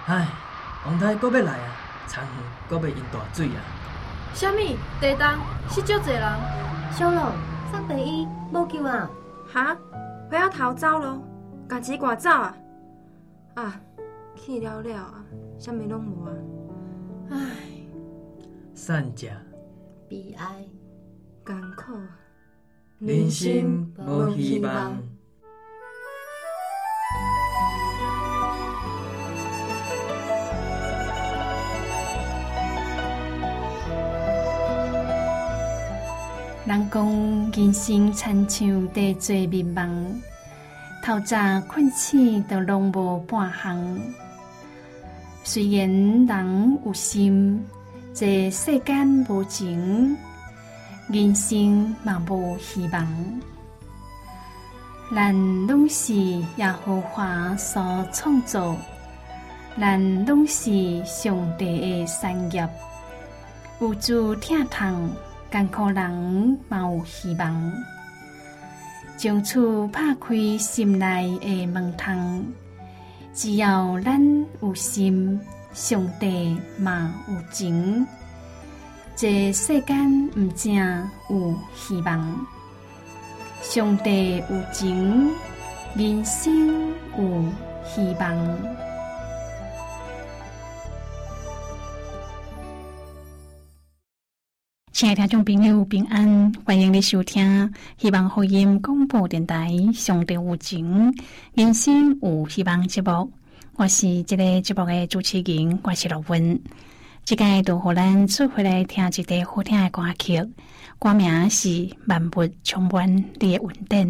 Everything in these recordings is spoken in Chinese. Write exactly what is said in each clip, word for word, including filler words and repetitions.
唉，王太阁要来啊，田园阁要淹大水啊！ 啥物？地动死足侪人。 小龙，送第一无救啊！ 哈，我要逃走咯，家己赶走啊！啊，去了了啊，啥物拢无啊！唉， 善食悲哀， 艰苦， 人生无希望。 人讲人生亲像地做迷茫，透早困醒都拢无半项。虽然人有心，这世间无情，人生嘛无希望。咱拢是耶和华所创造，咱拢是上帝的产业，有主疼痛。艰苦人嘛有希望，将厝拍开心内的门窗。只要咱有心，上帝嘛有情。这世间毋正有希望，上帝有情，人生有希望。亲爱的听众朋友，平安，欢迎你收听希望福音广播电台上帝有情，人生有希望节目。我是这个节目的主持人，我是罗文。这个就互咱做回来听一个好听的歌曲，歌名是《万物充满你的恩典》。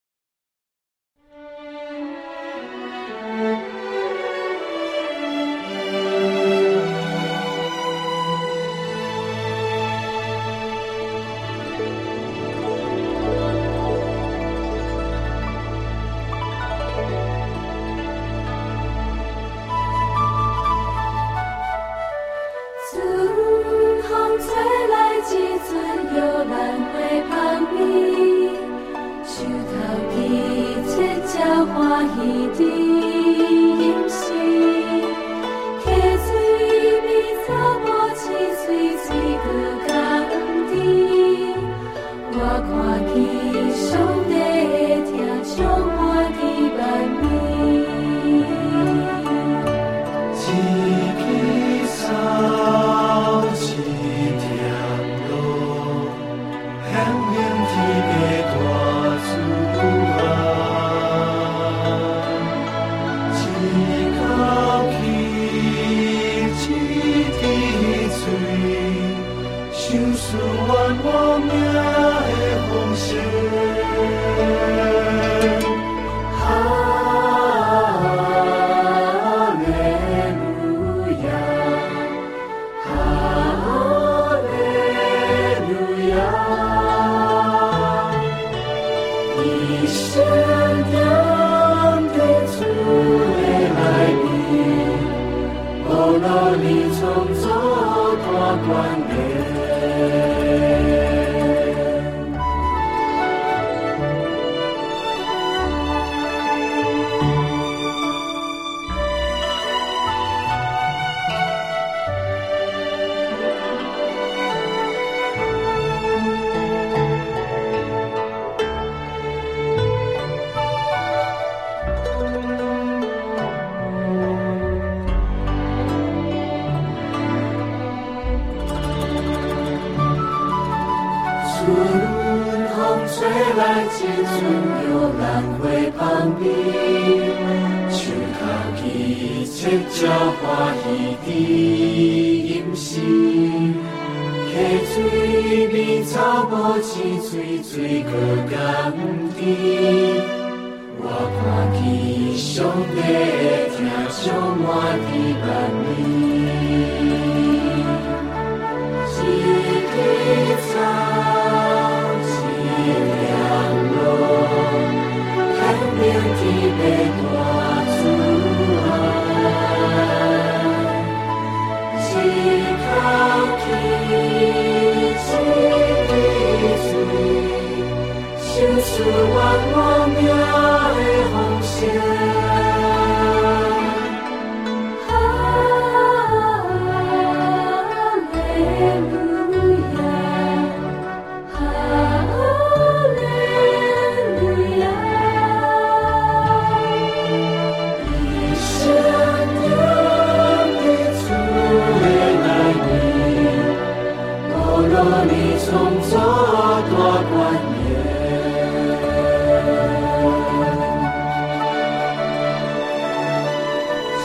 是万我命的方向。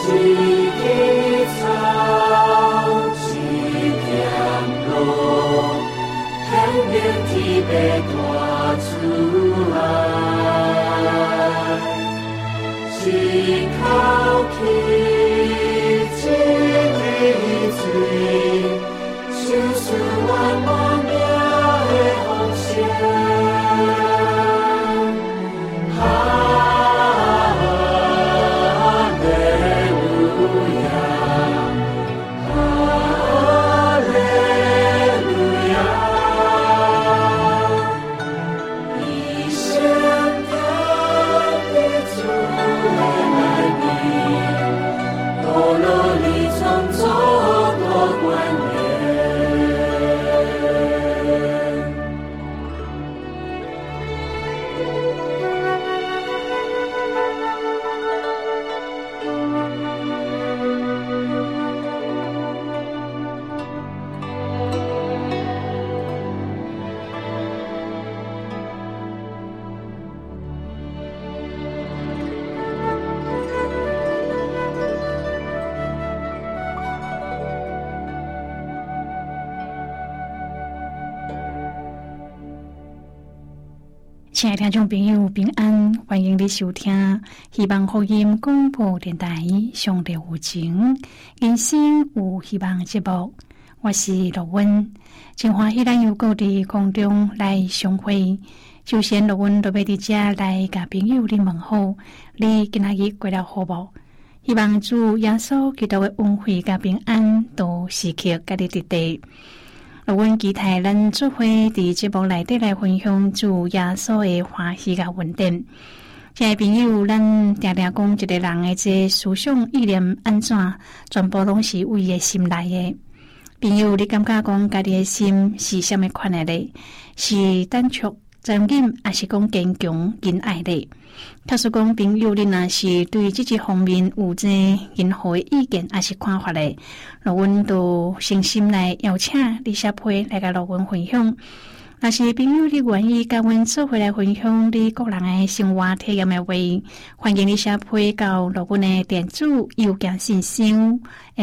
亲爱的听众朋友，平安，欢迎你收听希望福音广播电台上帝有情人生有希望节目，我是罗温，真欢喜咱又搁伫空中来相会。首先，罗温就要伫遮来甲朋友你问好，你今仔日过了好无？希望主耶稣基督的恩惠甲平安都时刻甲你伫地。罗阮期待咱做伙伫节目内底来分享主耶稣的欢喜甲稳定。亲爱朋友，咱常常讲一个人的这思想意念安怎，全部拢是为伊的心内的。朋友，你感觉讲家己的心是什么款的咧？是单纯、残忍，还是讲坚强、仁爱咧？假使讲朋友，你若是对这一方面有这任何的意见还是看法咧，罗阮都诚心来邀请你写批来甲罗阮分享。若是朋友你愿意甲阮做伙来分享你个人的生活体验的话，欢迎你写批到罗阮的电子邮件信箱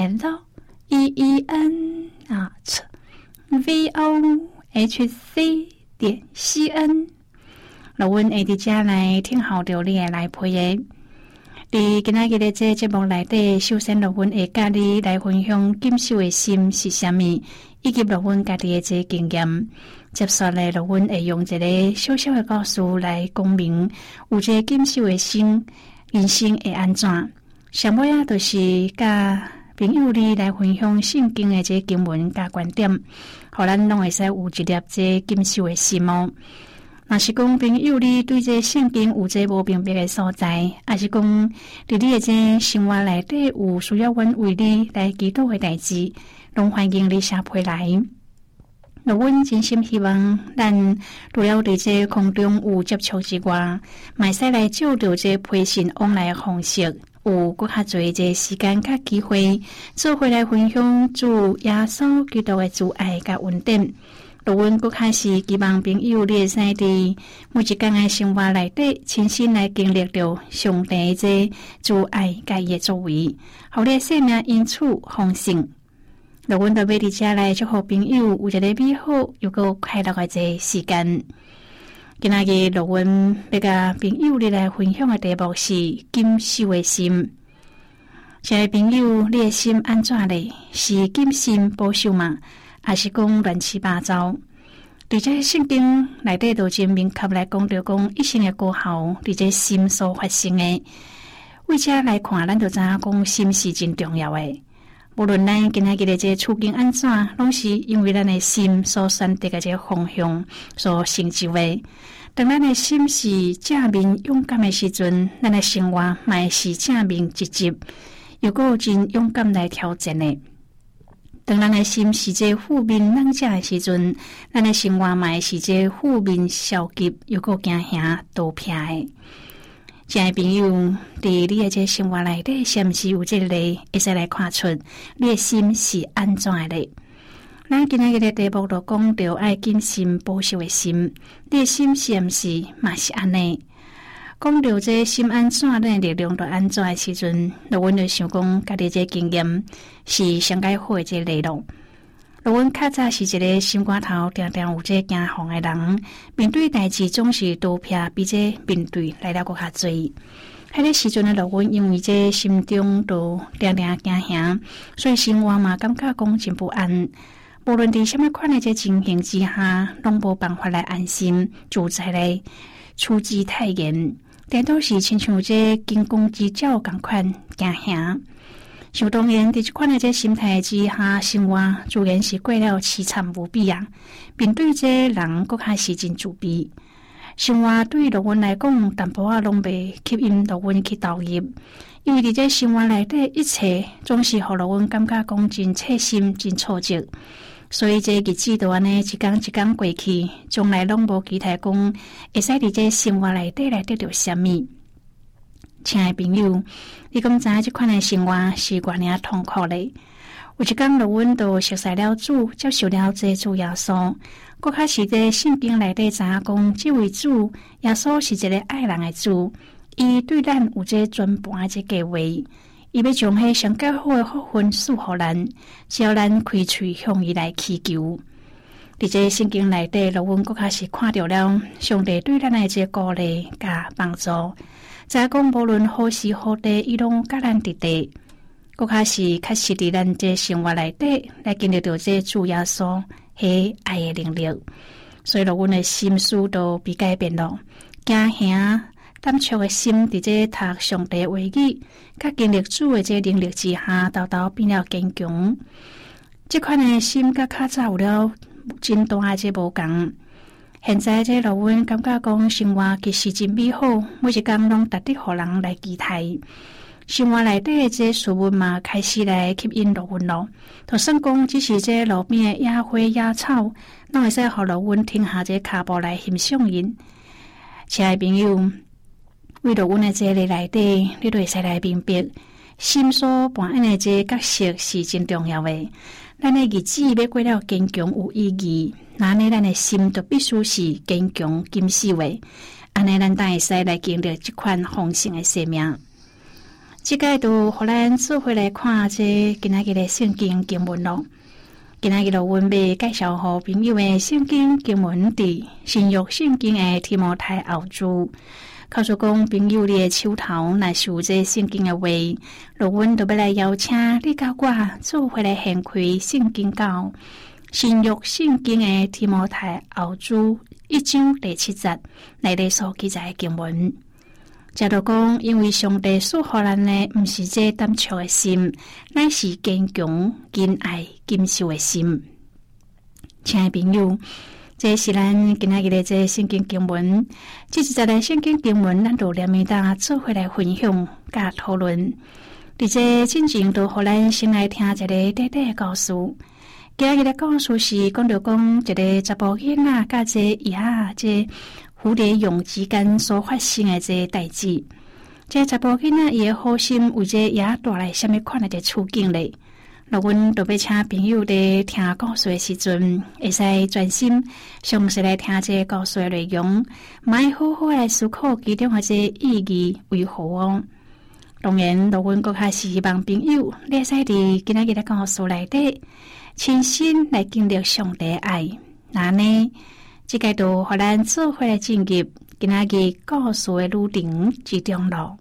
l e e n at v o h c 点 c n。罗阮会伫遮来听候着你的来批的。伫今仔日的这节目内底，首先罗阮会甲你来分享禁守的心是啥物，以及罗阮家己的这经验。接下来，罗阮会用一个小小的故事来讲明，有这禁守的心，人生会安怎？上尾啊，就是甲朋友你来分享圣经的这经文甲观点，互咱拢会使有一粒这禁守的心哦。若是讲朋友你对这圣经有这无明白的所在，还是讲伫你的这生活内底有需要阮为你来祈祷的代志，拢欢迎你写批来。罗阮真心希望咱除了伫这空中有接触之外，嘛使来照着这批信往来的方式，有搁较侪这时间甲机会，做伙来分享主耶稣基督的主爱甲恩典。罗阮搁较是希望朋友你会使伫每一天的生活内底，亲身来经历着上帝这主爱甲伊的作为，互你的生命因此丰盛。罗阮就要伫遮来祝福朋友有一个美好又搁快乐的这时间。今仔日罗阮要甲朋友你来分享的题目是禁守的心。亲爱朋友，你的心安怎咧？是谨慎保守吗？还是讲乱七八糟？伫这圣经内底都真明确来讲着讲一生的过后，伫这心所发生的。为遮来看，咱就知影讲心是真重要的。无论咱今仔日的这处境安怎，拢是因为咱的心所选择的这方向所成就的。当咱的心是正面勇敢的时阵，咱的生活嘛是正面积极，又搁真勇敢来挑战的。当咱的心是这负面冷静的时阵，咱的生活嘛是这负面消极，又搁惊吓倒撇的。亲爱朋友，伫你的这生活内底，是毋是有这个会使来看出你的心是安怎的咧？咱今仔日的题目就讲到爱谨慎保守的心，你的心是毋是嘛是安尼？ 讲到这心安怎的力量就安怎的时阵，罗文就想讲，家己这经验是上解好的这内容。罗文较早是一个心肝头常常有这惊慌的人，面对代志总是多撇比这面对来了搁较多。迄个时阵的罗文因为这心中都常常惊吓，所以生活嘛感觉讲真不安。无论伫什么款的这情形之下，拢无办法来安心自在来处之泰然，但都是亲像这惊弓之鸟共款惊吓。想当然，伫这款的这心态之下，生活自然是过了凄惨无比啊！面对这人，搁较是真自卑。生活对罗文来讲，淡薄仔拢袂吸引罗文去投入，因为伫这生活内底一切总是互罗文感觉讲真切心、真挫折。所以这日子就安尼一天一天过去，从来拢无期待讲会使伫这生活内底来得到什么。亲爱朋友，你敢知这款的生活是偌尔痛苦嘞？有一天，罗文就熟悉了主，接受了这主耶稣，搁较是在圣经内底知影讲，这位主耶稣是一个爱人的主，伊对咱有这全盘的这计划，伊要将迄上较好的福分赐予咱，只要咱开喙向伊来祈求。伫这圣经内底，罗文搁较是看到了上帝对咱的这鼓励甲帮助。再讲，无论何时何地，伊拢甲咱伫地，搁较是确实伫咱这生活内底来经历到这主耶稣迄爱的能力，所以罗阮的心思都被改变了。惊吓、胆怯的心伫这读上帝话语，甲经历主的这能力之下，豆豆变了坚强。这款的心甲较早有了真大的这无共。现在这罗文感觉讲生活其实真美好，每一天拢值得互人来期待。生活内底这事物嘛开始来吸引罗文咯。就算讲只是这路边的野花野草，拢会使互罗文停下这脚步来欣赏因。亲爱朋友，为罗文的这个内底，你都会使来明白，心所扮演的这角色是真重要的。咱的日子要过了坚强有意义，那呢咱的心就必须是坚强坚实的。安尼咱才会使来经历这款丰盛的生命。这个就互咱做回来看这今仔日的圣经经文咯。今仔日罗文要介绍互朋友的圣经经文伫新约圣经的提摩太后书。告诉讲朋友你的手头若是有这圣经的话，罗文就要来邀请你甲我做回来献开圣经到新约圣经的提摩太后书一章第七节内底所记载的经文。假如讲，因为上帝所予咱的不是这胆怯的心，乃是坚强、坚爱、坚守的心。亲爱朋友，这是咱今仔日的这圣经经文，这一节的圣经经文，咱就连面搭做回来分享甲讨论。伫这进前都互咱先来听一个短短的故事。今仔日的故事是讲到讲一个查甫囡仔甲这鸭这蝴蝶蛹之间所发生的这代志。这查甫囡仔伊的好心为这鸭带来什么款的这处境咧？那阮都要请朋友伫听故事的时阵，会使专心详细来听这故事的内容，买好好来思考其中的这意义为何哦。当然，那阮更较是希望朋友你会使伫今仔日的故事内底，亲身来经历上帝爱。那呢，这个就互咱做伙来进入今仔日故事的旅程之中咯。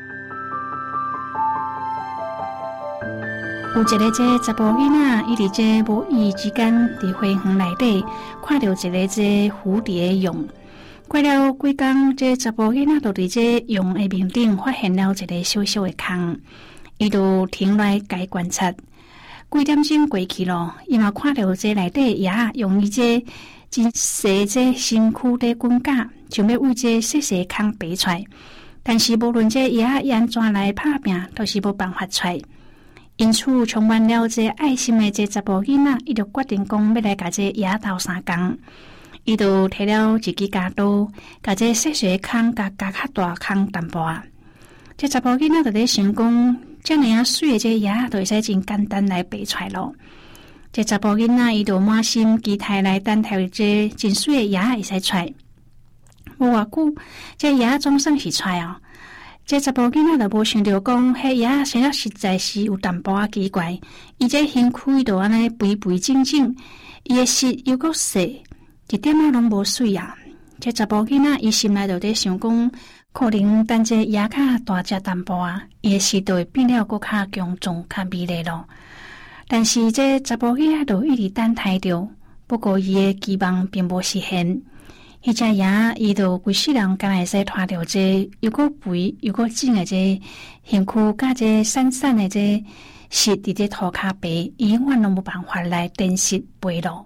有一个这查甫囡仔，伊伫这无意之间伫花园内底看到一个这蝴蝶蛹。过了几工，这查甫囡仔就伫这蛹的面顶发现了一个小小的坑，伊就停来该观察。几点钟过去咯，伊嘛看到这内底爷用伊这真细这身躯的滚架，想要为这细细坑爬出来，但是无论这爷安怎来拍拼，都是无办法出来。因此，充满了这爱心的这查甫囡仔，伊就决定讲要来甲这野斗相共。伊就摕了一支镐刀，甲这细细坑甲加较大坑淡薄啊。这查甫囡仔就咧想讲，这样啊水的这野就会使真简单来爬出来咯。这查甫囡仔伊就满心期待来等待这真水的野会使出来。 无偌久，这爷总算是出来哦。这查甫囡仔就无想着讲，迄爷生了实在是有淡薄仔奇怪。伊这身躯就安尼肥肥整整，伊的膝又够细，一点仔拢无水啊。这查甫囡仔伊心内就伫想讲，可能等这爷较大只淡薄啊，伊的膝就会变了搁较强壮、较美丽咯。但是这查甫囡仔就一直等待着，不过伊的期望并无实现。迄只爷伊就规世人敢会使拖着这又个肥又个整的这身躯，甲这散散的这湿伫这涂骹白，伊永远拢无办法来珍惜陪路。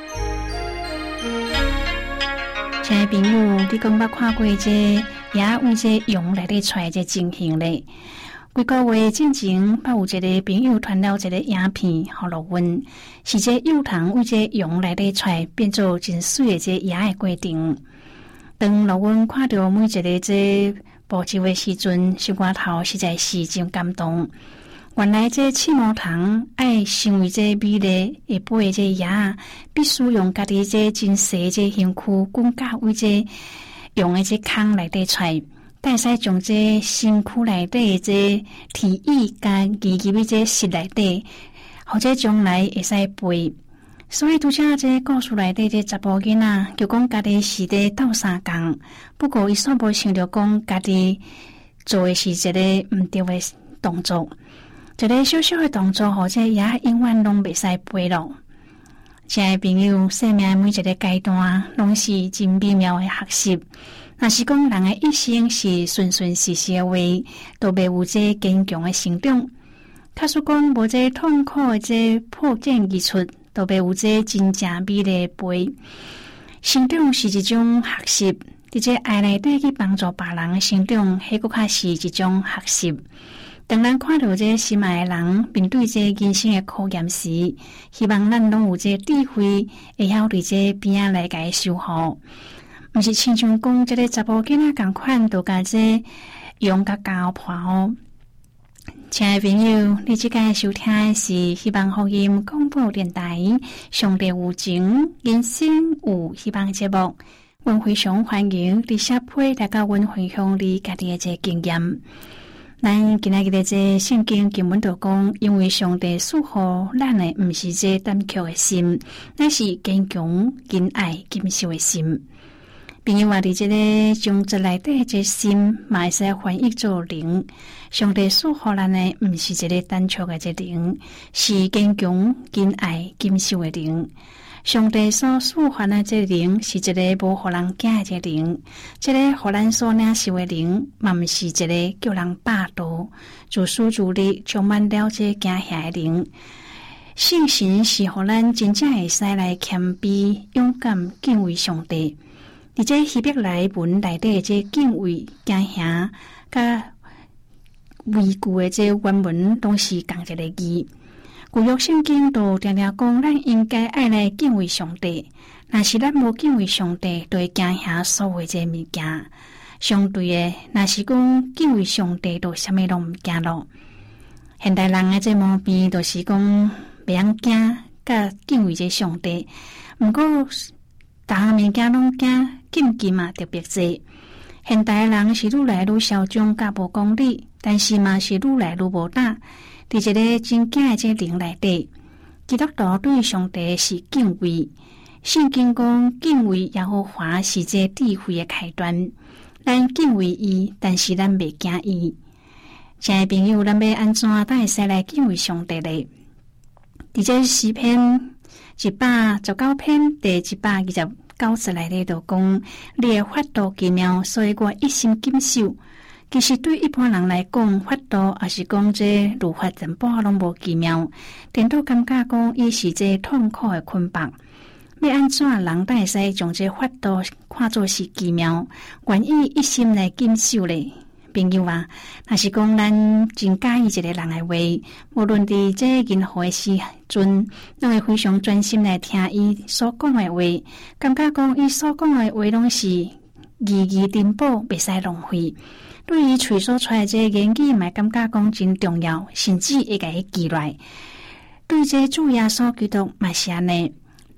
亲爱朋友，你讲捌看过这爷为这羊内底出来这情形咧？几个月之前，捌有一个朋友传了一个影片，互录阮，是这幼童为这羊内底出来变做真水的这爷的过程。当录阮看到每一个这步骤的时阵，心肝头实在是真感动。原来这刺毛虫爱成为这美丽会飞的这爷，必须用家己这真细这身躯滚甲为这羊的这空内底出来。但使将这身躯内底这体液甲移入去这室内底，或者将来会使背。所以拄则这故事内底这查甫囡仔就讲家己是咧斗相共，不过伊煞无想着讲家己做的是一个毋对的动作，一个小小的动作，或者也永远拢袂使背咯。亲爱朋友，生命每一个阶段拢是真美妙的学习。若是讲人的一生是顺顺时时的话，都袂有这坚强的成长；假使讲无这痛苦的这破茧而出，都袂有这真正美丽的陪。成长是一种学习，伫这爱内底去帮助别人的成长，迄个较是一种学习。当咱看到这心爱的人面对这人生的考验时，希望咱拢有这智慧，会晓伫这边仔来甲伊守护。毋是亲像讲，这个查甫囡仔共款，都甲这用甲交破哦。亲爱的朋友，你即个收听的是希望福音广播电台上帝有情人生有希望节目。阮非常欢迎你写批来甲阮分享你家己的这经验。咱今仔日的这圣经经文就讲，因为上帝赐予咱的毋是这胆怯的心，乃是坚强、仁爱、谨守的心。朋友话，伫这个种子内底这心，嘛会使翻译做灵。上帝赐予咱的毋是一个胆怯的这灵，是坚强、仁爱、谨守的灵。上帝所赐予的这灵，是一个无互人惊的这灵。这个互咱所领受的灵，嘛毋是一个叫人霸道、自私自利、充满了这惊吓的灵。信心是互咱真正会使来谦卑、勇敢、敬畏上帝。伫这希伯来文内底这敬畏、惊吓、甲畏惧的这原文，拢是同一个字。旧约圣经都常常讲，咱应该爱来敬畏上帝。若是咱无敬畏上帝，就会惊吓所有这物件。相对的，若是讲敬畏上帝，就啥物拢毋惊咯。现代人的这毛病，就是讲袂晓惊，甲敬畏这上帝。毋过，逐项物件拢惊，禁忌嘛特别多。现代人是愈来愈嚣张，甲无讲理，但是嘛是愈来愈无胆。伫一个真假的这灵内底，基督徒对上帝是敬畏。圣经讲敬畏耶和华是这智慧的开端。咱敬畏伊，但是咱袂惊伊。亲爱的朋友，咱要安怎才会使来敬畏上帝咧？伫这诗篇一百十九篇第一百二十九节内底就讲：你的法度奇妙，所以我一心谨守。其实对一般人来讲，法度也是讲这律法全部拢无奇妙，颠倒感觉讲伊是这痛苦的捆绑。要安怎人才会使将这法度看作是奇妙，愿意一心来谨守咧？朋友啊，若是讲咱真介意一个人的话，无论伫这任何的时阵，拢会非常专心来听伊所讲的话，感觉讲伊所讲的话拢是义义珍宝，袂使浪费。对于喙所出来这言语，嘛感觉讲真重要，甚至会甲伊记来。对这主耶稣基督嘛是安尼，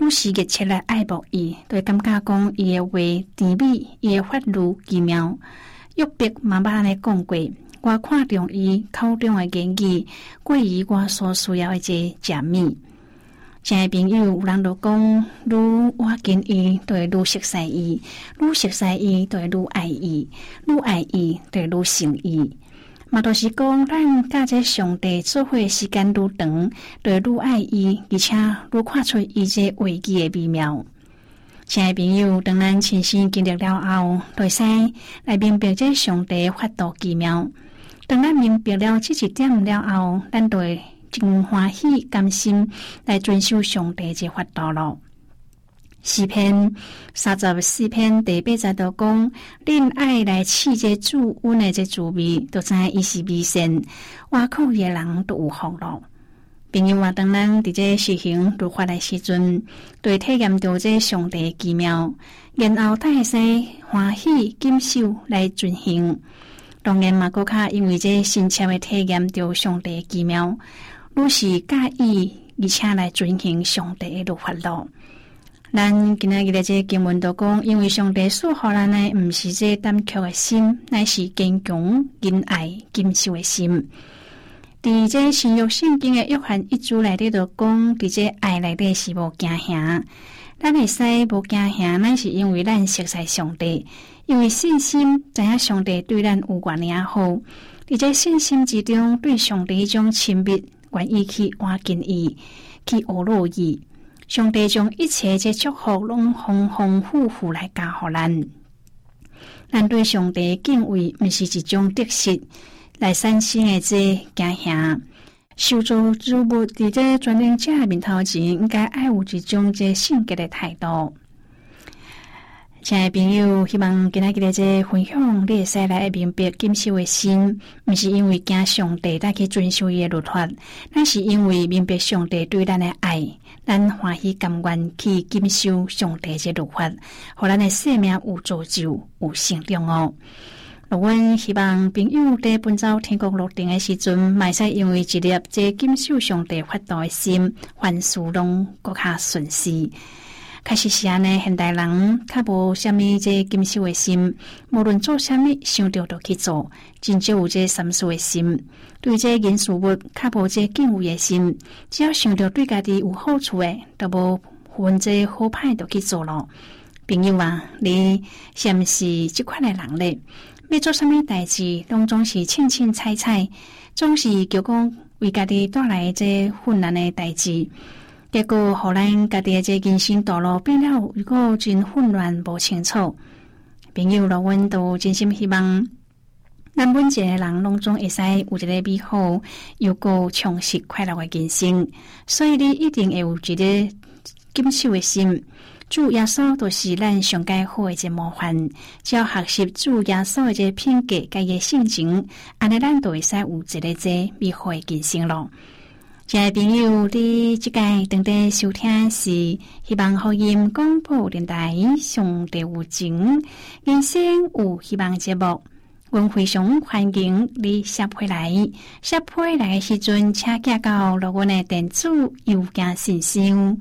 愈是热切来爱慕伊，就会感觉讲伊的话甜美，伊的法律奇妙。约伯妈妈安尼讲过，我看重伊口中的言语，过于我所需要的这食物。亲爱朋友，有人就讲，愈我近伊，就会愈熟悉伊；愈熟悉伊，就会愈爱伊；愈爱伊，就会愈信伊。嘛，都是讲，咱甲这上帝做伙时间愈长，就会愈爱伊，而且愈看出伊这话语的美妙。亲爱朋友，当咱亲身经历了后，就会使来明白这上帝法度奇妙。当咱明白了这一点了后，咱就会真欢喜甘心来遵守上帝这法度咯。诗篇三十四篇第八节就讲，恁爱来试这主恩的这滋味，就知伊是美善，挖苦的人都有福咯。朋友啊，当咱伫这实行律法的时阵，就会体验到这上帝的奇妙，然后才会使欢喜谨守来遵行。当然嘛，搁较因为这深切的体验到上帝的奇妙，愈是介意而且来遵行上帝的律法咯。咱今仔日的这经文都讲，因为上帝所予咱的毋是这胆怯的心，乃是坚强、仁爱、谨守的心。伫这新约圣经的约翰一书内底就讲，伫这爱内底是无惊吓。咱会使无惊吓，乃是因为咱熟悉上帝，因为信心知影上帝对咱有偌尔好。伫这信心之中，对上帝迄种亲密，愿意去换近伊，去学乐伊。上帝将一切这祝福拢丰丰富富来加予咱。咱对上帝敬畏，毋是一种得失。来产生的这惊吓，受造之物伫这全能者面头前，应该爱有一种这性格的态度。亲爱的朋友，希望今仔日的这分享，你会使来明白谨守的心，毋是因为惊上帝才去遵守伊的律法，咱是因为明白上帝对咱的爱，咱欢喜甘愿去谨守上帝这律法，互咱的生命有造就、有成长哦。阮希望朋友在奔走天国路程的时阵，卖使因为一粒这谨守上帝法度的心，凡事拢更较顺遂。确实是安尼，现代人较无虾米这谨守的心，无论做虾米，想到就去做，真少有这三思的心。对这人事物较无这敬畏的心，只要想到对家己有好处的，都无分这好歹就去做咯。朋友啊，你是毋是这款的人咧？要做什么代志，拢总是凊凊彩彩，总是叫讲为家己带来这困难的代志，结果互咱家己的这人生道路变了，如果真混乱无清楚。朋友，若阮都真心希望，咱每一个人拢总会使有一个美好又够充实快乐的人生，所以你一定会有一个谨守的心。主耶稣就是咱上介好的一个模范，只要学习主耶稣的一个品格、甲伊的性情，安尼咱就会使有一个这美好的人生咯。亲爱的朋友，你即届等待收听是希望福音广播电台上帝有情人生有希望节目。阮非常欢迎你写回来，写回来的时阵，请寄到落阮的电子邮件信箱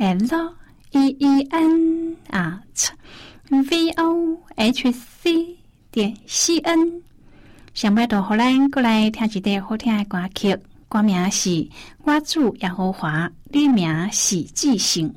l e e n at v o h c 点 c n。上摆就互咱过来听一段好听的歌曲，歌名是《我主耶和华》，你名是至圣。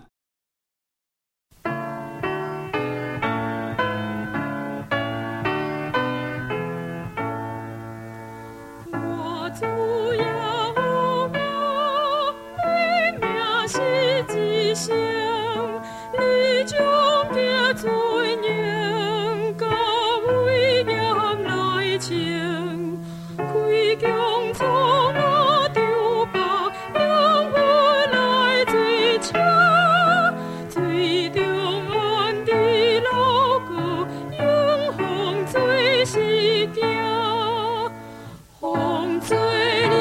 最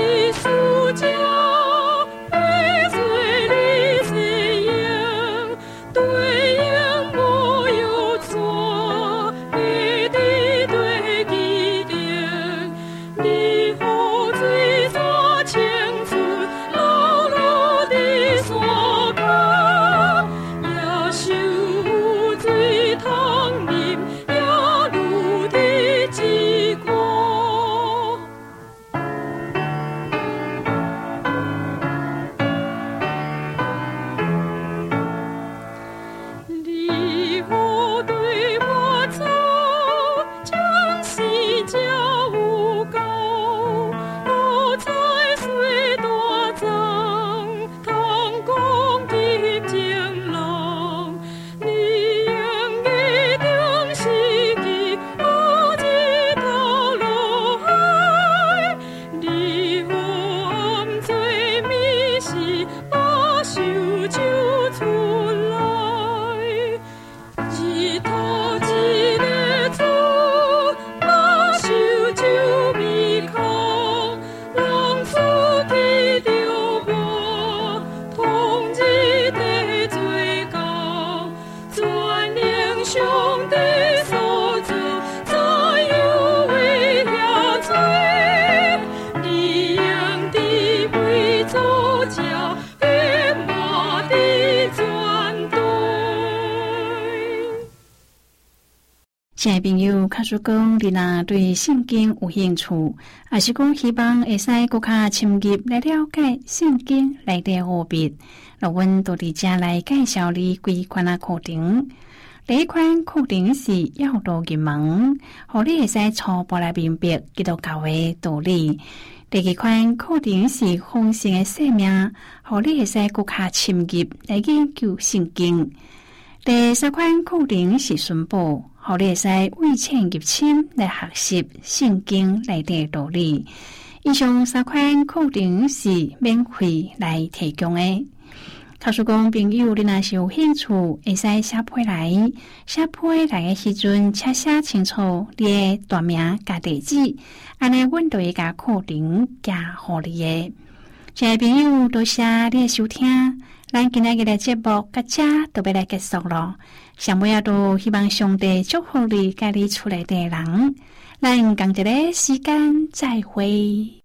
亲爱朋友，假如讲你若对圣经有兴趣，还是讲希望会使更加深入来了解圣经内底奥秘，那阮都伫遮来介绍你几款啊课程。第一款课程是要道入门，互你会使初步来明白基督教的道理。第二款课程是丰盛的生命，互你会使更加深入来研究圣经。第三款课程是宣布，互你会使为浅入深来学习圣经内底的道理。以上三款课程是免费来提供的。假如讲朋友你若是有兴趣，会使写批来，写批来的时阵，请写清楚你的大名甲地址，安尼阮就会甲课程寄互你的。亲爱朋友，多谢你的收听，咱今日的节目到这就要来结束了。上尾也都希望上帝祝福你甲你厝内的人，咱同一个时间再会。